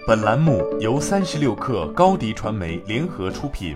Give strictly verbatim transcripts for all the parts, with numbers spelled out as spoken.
本栏目由三十六氪高迪传媒联合出品。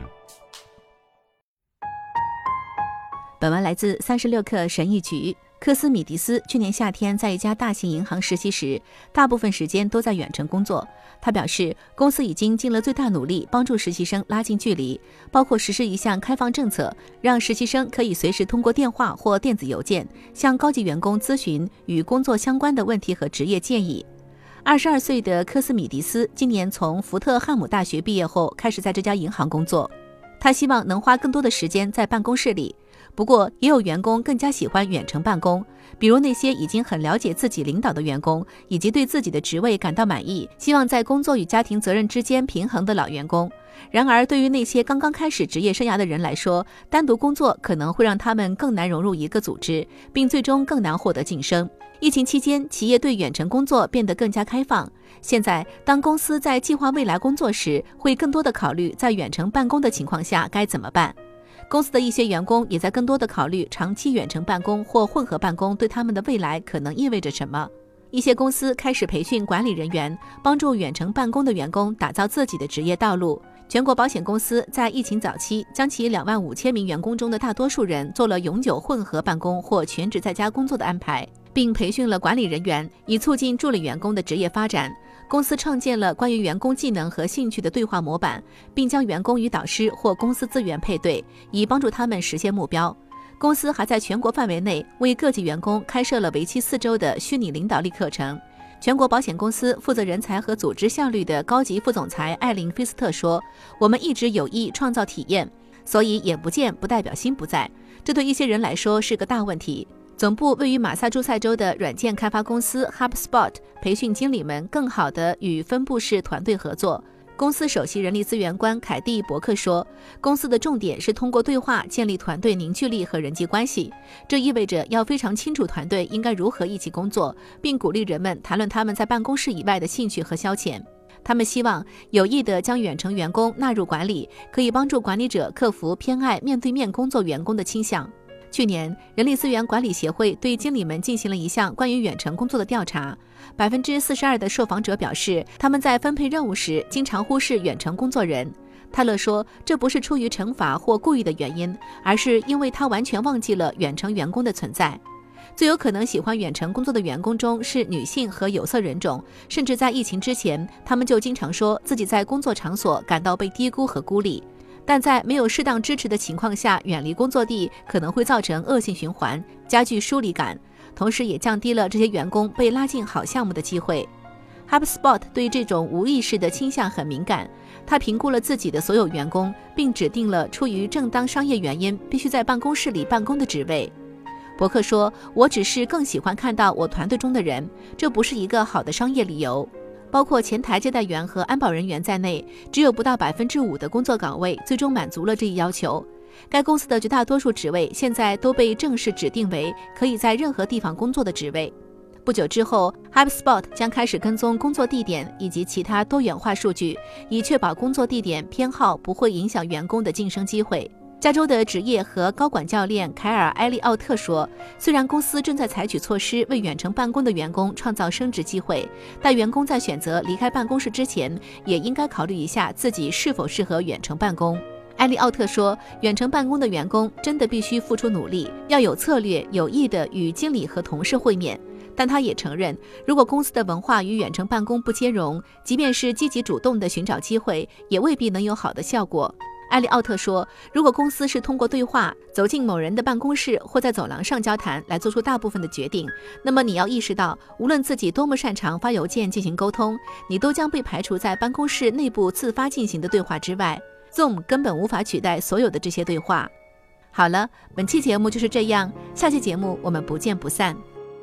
本文来自三十六氪神译局。科斯米迪斯去年夏天在一家大型银行实习时，大部分时间都在远程工作。他表示，公司已经尽了最大努力帮助实习生拉近距离，包括实施一项开放政策，让实习生可以随时通过电话或电子邮件向高级员工咨询与工作相关的问题和职业建议。二十二岁的科斯米迪斯今年从福特汉姆大学毕业后，开始在这家银行工作。他希望能花更多的时间在办公室里，不过也有员工更加喜欢远程办公，比如那些已经很了解自己领导的员工，以及对自己的职位感到满意，希望在工作与家庭责任之间平衡的老员工。然而，对于那些刚刚开始职业生涯的人来说，单独工作可能会让他们更难融入一个组织，并最终更难获得晋升。疫情期间，企业对远程工作变得更加开放。现在，当公司在计划未来工作时，会更多的考虑在远程办公的情况下该怎么办。公司的一些员工也在更多的考虑长期远程办公或混合办公对他们的未来可能意味着什么。一些公司开始培训管理人员，帮助远程办公的员工打造自己的职业道路。全国保险公司在疫情早期将其两万五千名员工中的大多数人做了永久混合办公或全职在家工作的安排，并培训了管理人员，以促进助理员工的职业发展。公司创建了关于员工技能和兴趣的对话模板，并将员工与导师或公司资源配对，以帮助他们实现目标。公司还在全国范围内为各级员工开设了为期四周的虚拟领导力课程。全国保险公司负责人才和组织效率的高级副总裁艾琳·菲斯特说：“我们一直有意创造体验，所以眼不见不代表心不在，这对一些人来说是个大问题。”总部位于马萨诸塞州的软件开发公司 HubSpot 培训经理们更好地与分布式团队合作。公司首席人力资源官凯蒂·伯克说，公司的重点是通过对话建立团队凝聚力和人际关系，这意味着要非常清楚团队应该如何一起工作，并鼓励人们谈论他们在办公室以外的兴趣和消遣。他们希望有意地将远程员工纳入管理，可以帮助管理者克服偏爱面对面工作员工的倾向。去年，人力资源管理协会对经理们进行了一项关于远程工作的调查， 百分之四十二 的受访者表示，他们在分配任务时经常忽视远程工作人。泰勒说，这不是出于惩罚或故意的原因，而是因为他完全忘记了远程员工的存在。最有可能喜欢远程工作的员工中是女性和有色人种，甚至在疫情之前，他们就经常说自己在工作场所感到被低估和孤立。但在没有适当支持的情况下，远离工作地可能会造成恶性循环，加剧疏离感，同时也降低了这些员工被拉进好项目的机会。HubSpot 对这种无意识的倾向很敏感，他评估了自己的所有员工，并指定了出于正当商业原因必须在办公室里办公的职位。伯克说，我只是更喜欢看到我团队中的人，这不是一个好的商业理由。包括前台接待员和安保人员在内，只有不到 百分之五 的工作岗位最终满足了这一要求。该公司的绝大多数职位现在都被正式指定为可以在任何地方工作的职位。不久之后， HubSpot 将开始跟踪工作地点以及其他多元化数据，以确保工作地点偏好不会影响员工的晋升机会。加州的职业和高管教练凯尔·埃利奥特说，虽然公司正在采取措施为远程办公的员工创造升职机会，但员工在选择离开办公室之前，也应该考虑一下自己是否适合远程办公。埃利奥特说，远程办公的员工真的必须付出努力，要有策略，有意地与经理和同事会面。但他也承认，如果公司的文化与远程办公不兼容，即便是积极主动地寻找机会，也未必能有好的效果。埃利奥特说，如果公司是通过对话走进某人的办公室或在走廊上交谈来做出大部分的决定，那么你要意识到，无论自己多么擅长发邮件进行沟通，你都将被排除在办公室内部自发进行的对话之外。 Zoom 根本无法取代所有的这些对话。好了，本期节目就是这样，下期节目我们不见不散。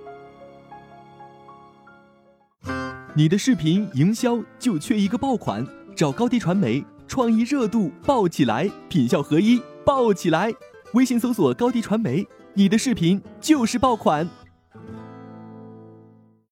你的视频营销就缺一个爆款，找高迪传媒，创意热度爆起来，品效合一爆起来。微信搜索高迪传媒，你的视频就是爆款。